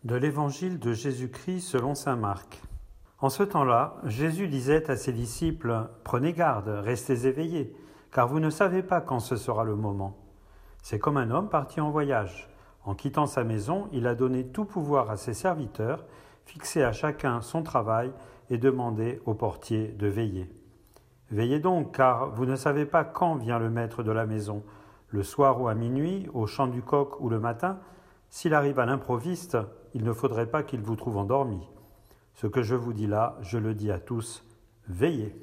De l'Évangile de Jésus-Christ selon saint Marc. En ce temps-là, Jésus disait à ses disciples « Prenez garde, restez éveillés, car vous ne savez pas quand ce sera le moment. C'est comme un homme parti en voyage. En quittant sa maison, il a donné tout pouvoir à ses serviteurs, fixé à chacun son travail et demandé au portier de veiller. Veillez donc, car vous ne savez pas quand vient le maître de la maison, le soir ou à minuit, au chant du coq ou le matin. S'il arrive à l'improviste, il ne faudrait pas qu'il vous trouve endormi. Ce que je vous dis là, je le dis à tous, veillez.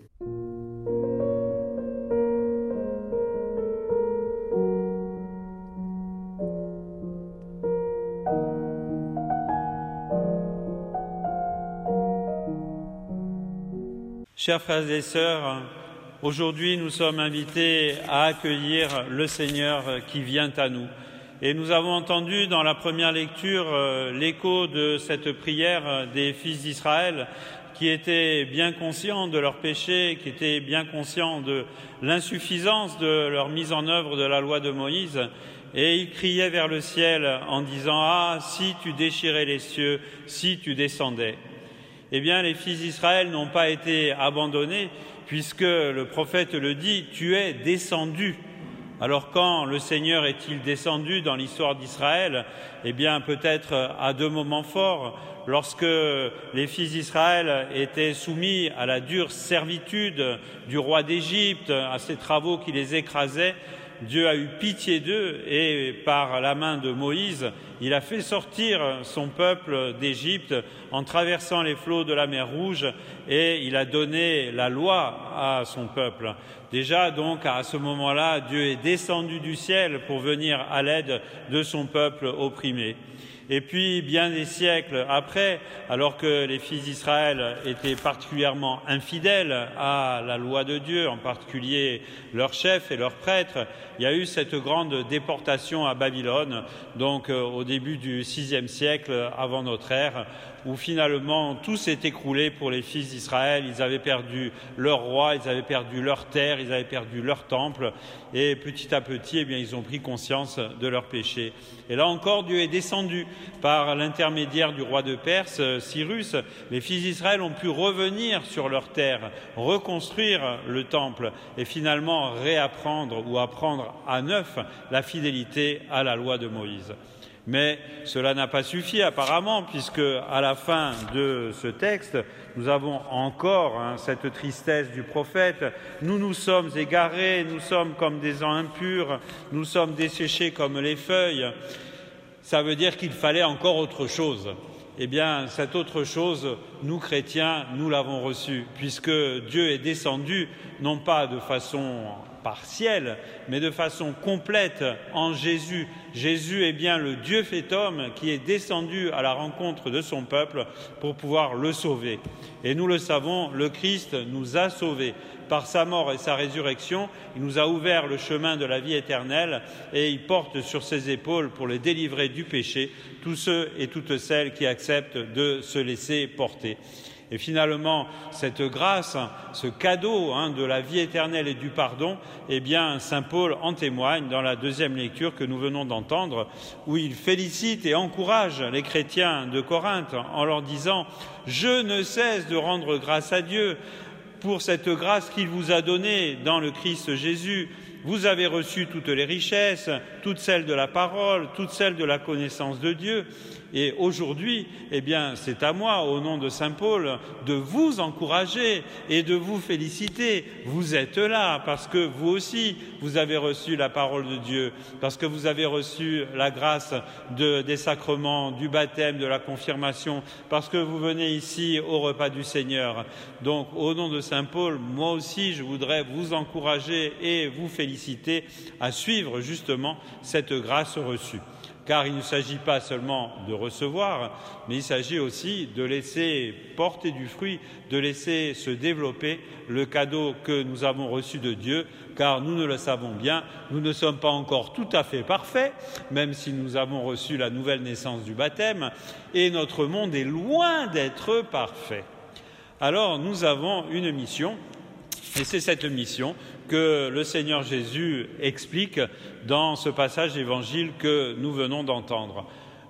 Chers frères et sœurs, aujourd'hui nous sommes invités à accueillir le Seigneur qui vient à nous. Et nous avons entendu dans la première lecture l'écho de cette prière des fils d'Israël qui étaient bien conscients de leurs péchés, qui étaient bien conscients de l'insuffisance de leur mise en œuvre de la loi de Moïse. Et ils criaient vers le ciel en disant « Ah, si tu déchirais les cieux, si tu descendais !» Eh bien, les fils d'Israël n'ont pas été abandonnés puisque le prophète le dit « Tu es descendu ». Alors quand le Seigneur est-il descendu dans l'histoire d'Israël ? Eh bien peut-être à deux moments forts. Lorsque les fils d'Israël étaient soumis à la dure servitude du roi d'Égypte, à ses travaux qui les écrasaient, Dieu a eu pitié d'eux et par la main de Moïse, il a fait sortir son peuple d'Égypte en traversant les flots de la mer Rouge et il a donné la loi à son peuple. Déjà donc à ce moment-là, Dieu est descendu du ciel pour venir à l'aide de son peuple opprimé. Et puis, bien des siècles après, alors que les fils d'Israël étaient particulièrement infidèles à la loi de Dieu, en particulier leurs chefs et leurs prêtres, il y a eu cette grande déportation à Babylone, donc au début du VIe siècle avant notre ère, où finalement tout s'est écroulé pour les fils d'Israël. Ils avaient perdu leur roi, ils avaient perdu leur terre, ils avaient perdu leur temple, et petit à petit, eh bien, ils ont pris conscience de leurs péchés. Et là encore, Dieu est descendu par l'intermédiaire du roi de Perse, Cyrus. Les fils d'Israël ont pu revenir sur leur terre, reconstruire le temple et finalement réapprendre ou apprendre à neuf la fidélité à la loi de Moïse. Mais cela n'a pas suffi apparemment, puisque à la fin de ce texte, nous avons encore cette tristesse du prophète. Nous nous sommes égarés, nous sommes comme des gens impurs, nous sommes desséchés comme les feuilles. Ça veut dire qu'il fallait encore autre chose. Eh bien, cette autre chose, nous chrétiens, nous l'avons reçue, puisque Dieu est descendu, non pas de façon partielle, mais de façon complète en Jésus. Jésus est bien le Dieu fait homme qui est descendu à la rencontre de son peuple pour pouvoir le sauver. Et nous le savons, le Christ nous a sauvés. Par sa mort et sa résurrection, il nous a ouvert le chemin de la vie éternelle et il porte sur ses épaules pour les délivrer du péché tous ceux et toutes celles qui acceptent de se laisser porter. Et finalement, cette grâce, ce cadeau de la vie éternelle et du pardon, eh bien, saint Paul en témoigne dans la deuxième lecture que nous venons d'entendre, où il félicite et encourage les chrétiens de Corinthe en leur disant « Je ne cesse de rendre grâce à Dieu pour cette grâce qu'il vous a donnée dans le Christ Jésus. Vous avez reçu toutes les richesses, toutes celles de la parole, toutes celles de la connaissance de Dieu. Et aujourd'hui, eh bien, c'est à moi, au nom de saint Paul, de vous encourager et de vous féliciter. Vous êtes là parce que vous aussi, vous avez reçu la parole de Dieu, parce que vous avez reçu la grâce des sacrements, du baptême, de la confirmation, parce que vous venez ici au repas du Seigneur. Donc, au nom de saint Paul, moi aussi, je voudrais vous encourager et vous féliciter à suivre justement cette grâce reçue. Car il ne s'agit pas seulement de recevoir, mais il s'agit aussi de laisser porter du fruit, de laisser se développer le cadeau que nous avons reçu de Dieu, car nous ne le savons bien, nous ne sommes pas encore tout à fait parfaits, même si nous avons reçu la nouvelle naissance du baptême, et notre monde est loin d'être parfait. Alors nous avons une mission, et c'est cette mission que le Seigneur Jésus explique dans ce passage d'évangile que nous venons d'entendre.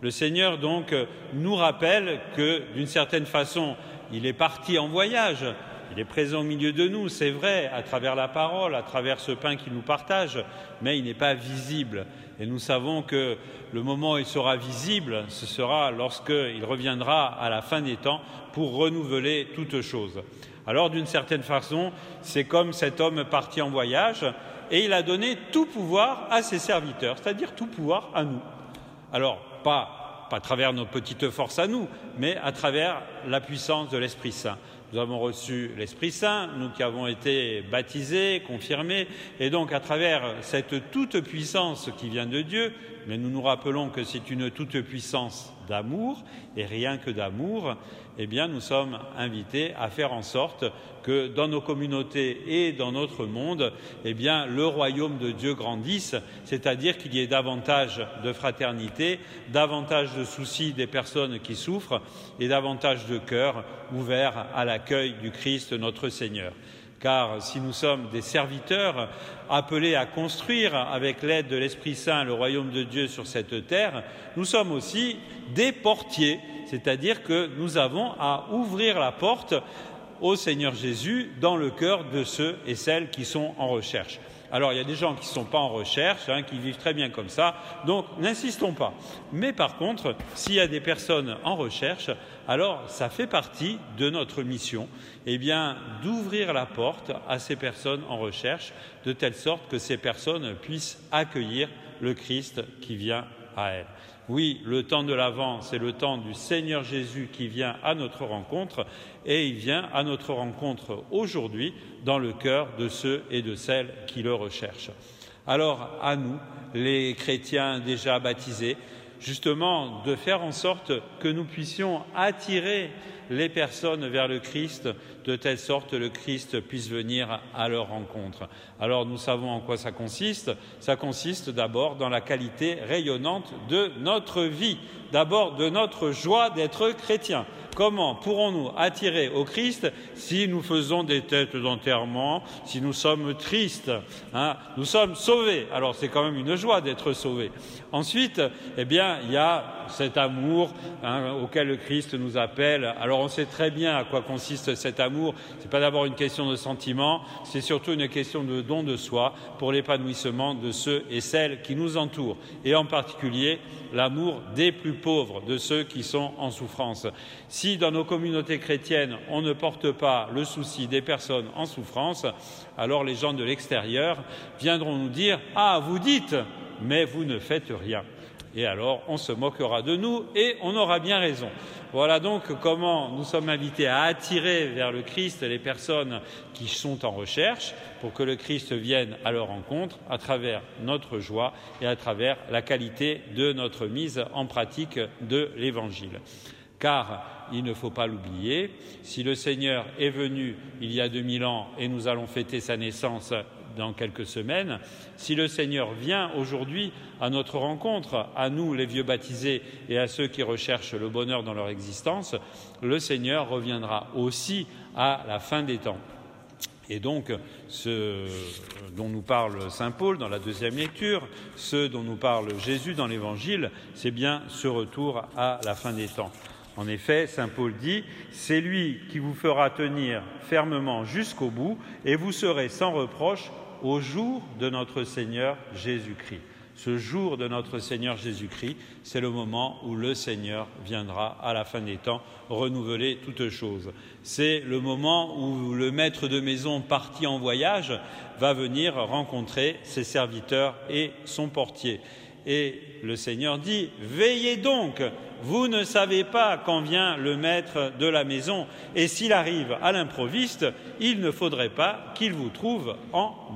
Le Seigneur donc nous rappelle que d'une certaine façon, il est parti en voyage, il est présent au milieu de nous, c'est vrai, à travers la parole, à travers ce pain qu'il nous partage, mais il n'est pas visible. Et nous savons que le moment où il sera visible, ce sera lorsqu'il reviendra à la fin des temps pour renouveler toutes choses. Alors d'une certaine façon, c'est comme cet homme parti en voyage et il a donné tout pouvoir à ses serviteurs, c'est-à-dire tout pouvoir à nous. Alors, pas à travers nos petites forces à nous, mais à travers la puissance de l'Esprit Saint. Nous avons reçu l'Esprit Saint, nous qui avons été baptisés, confirmés, et donc à travers cette toute-puissance qui vient de Dieu, mais nous nous rappelons que c'est une toute-puissance d'amour, et rien que d'amour, eh bien nous sommes invités à faire en sorte que dans nos communautés et dans notre monde, eh bien le royaume de Dieu grandisse, c'est-à-dire qu'il y ait davantage de fraternité, davantage de soucis des personnes qui souffrent et davantage de cœurs ouverts à l'accueil du Christ notre Seigneur. Car si nous sommes des serviteurs appelés à construire avec l'aide de l'Esprit Saint le royaume de Dieu sur cette terre, nous sommes aussi des portiers, c'est-à-dire que nous avons à ouvrir la porte au Seigneur Jésus dans le cœur de ceux et celles qui sont en recherche. Alors, il y a des gens qui ne sont pas en recherche, qui vivent très bien comme ça, donc n'insistons pas. Mais par contre, s'il y a des personnes en recherche, alors ça fait partie de notre mission, eh bien, d'ouvrir la porte à ces personnes en recherche, de telle sorte que ces personnes puissent accueillir le Christ qui vient à elles. Oui, le temps de l'Avent, c'est le temps du Seigneur Jésus qui vient à notre rencontre et il vient à notre rencontre aujourd'hui dans le cœur de ceux et de celles qui le recherchent. Alors, à nous, les chrétiens déjà baptisés, justement de faire en sorte que nous puissions attirer les personnes vers le Christ, de telle sorte que le Christ puisse venir à leur rencontre. Alors nous savons en quoi ça consiste. Ça consiste d'abord dans la qualité rayonnante de notre vie, d'abord de notre joie d'être chrétien. Comment pourrons-nous attirer au Christ si nous faisons des têtes d'enterrement, si nous sommes tristes, Nous sommes sauvés. Alors c'est quand même une joie d'être sauvés. Ensuite, eh bien, il y a cet amour auquel le Christ nous appelle. Alors on sait très bien à quoi consiste cet amour. Ce n'est pas d'abord une question de sentiment, c'est surtout une question de don de soi pour l'épanouissement de ceux et celles qui nous entourent. Et en particulier, l'amour des plus pauvres, de ceux qui sont en souffrance. Si dans nos communautés chrétiennes, on ne porte pas le souci des personnes en souffrance, alors les gens de l'extérieur viendront nous dire « Ah, vous dites, mais vous ne faites rien ». Et alors, on se moquera de nous et on aura bien raison. Voilà donc comment nous sommes invités à attirer vers le Christ les personnes qui sont en recherche pour que le Christ vienne à leur rencontre à travers notre joie et à travers la qualité de notre mise en pratique de l'Évangile. Car, il ne faut pas l'oublier, si le Seigneur est venu il y a 2000 ans et nous allons fêter sa naissance dans quelques semaines, si le Seigneur vient aujourd'hui à notre rencontre, à nous les vieux baptisés et à ceux qui recherchent le bonheur dans leur existence, le Seigneur reviendra aussi à la fin des temps. Et donc, ce dont nous parle saint Paul dans la deuxième lecture, ce dont nous parle Jésus dans l'Évangile, c'est bien ce retour à la fin des temps. En effet, saint Paul dit « C'est lui qui vous fera tenir fermement jusqu'au bout et vous serez sans reproche au jour de notre Seigneur Jésus-Christ. » Ce jour de notre Seigneur Jésus-Christ, c'est le moment où le Seigneur viendra à la fin des temps renouveler toutes choses. C'est le moment où le maître de maison parti en voyage va venir rencontrer ses serviteurs et son portier. Et le Seigneur dit « Veillez donc, vous ne savez pas quand vient le maître de la maison, et s'il arrive à l'improviste, il ne faudrait pas qu'il vous trouve endormi. »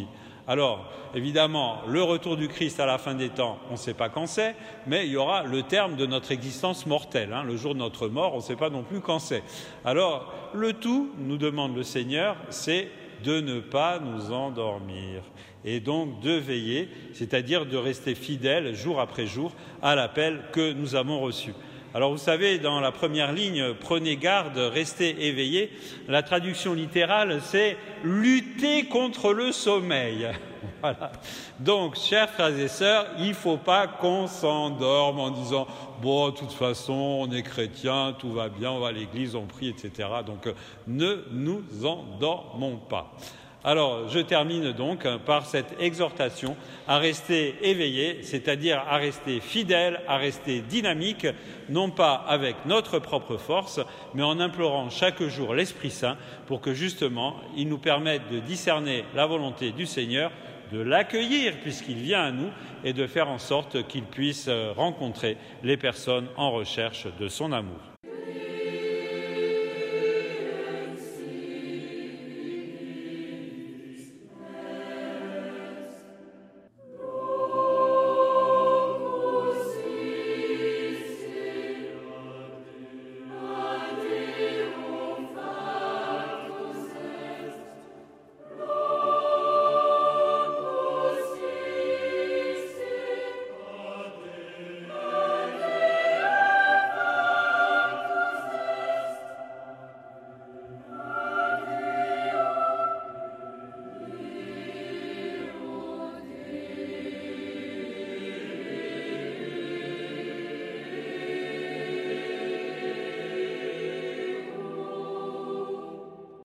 Alors, évidemment, le retour du Christ à la fin des temps, on ne sait pas quand c'est, mais il y aura le terme de notre existence mortelle. Le jour de notre mort, on ne sait pas non plus quand c'est. Alors, le tout, nous demande le Seigneur, c'est de ne pas nous endormir et donc de veiller, c'est-à-dire de rester fidèle jour après jour à l'appel que nous avons reçu. Alors vous savez, dans la première ligne, prenez garde, restez éveillés, la traduction littérale, c'est lutter contre le sommeil. Voilà. Donc, chers frères et sœurs, il ne faut pas qu'on s'endorme en disant « bon, de toute façon, on est chrétien, tout va bien, on va à l'église, on prie, etc. » Donc, ne nous endormons pas. Alors, je termine donc par cette exhortation à rester éveillé, c'est-à-dire à rester fidèle, à rester dynamique, non pas avec notre propre force, mais en implorant chaque jour l'Esprit Saint pour que justement, il nous permette de discerner la volonté du Seigneur, de l'accueillir puisqu'il vient à nous et de faire en sorte qu'il puisse rencontrer les personnes en recherche de son amour.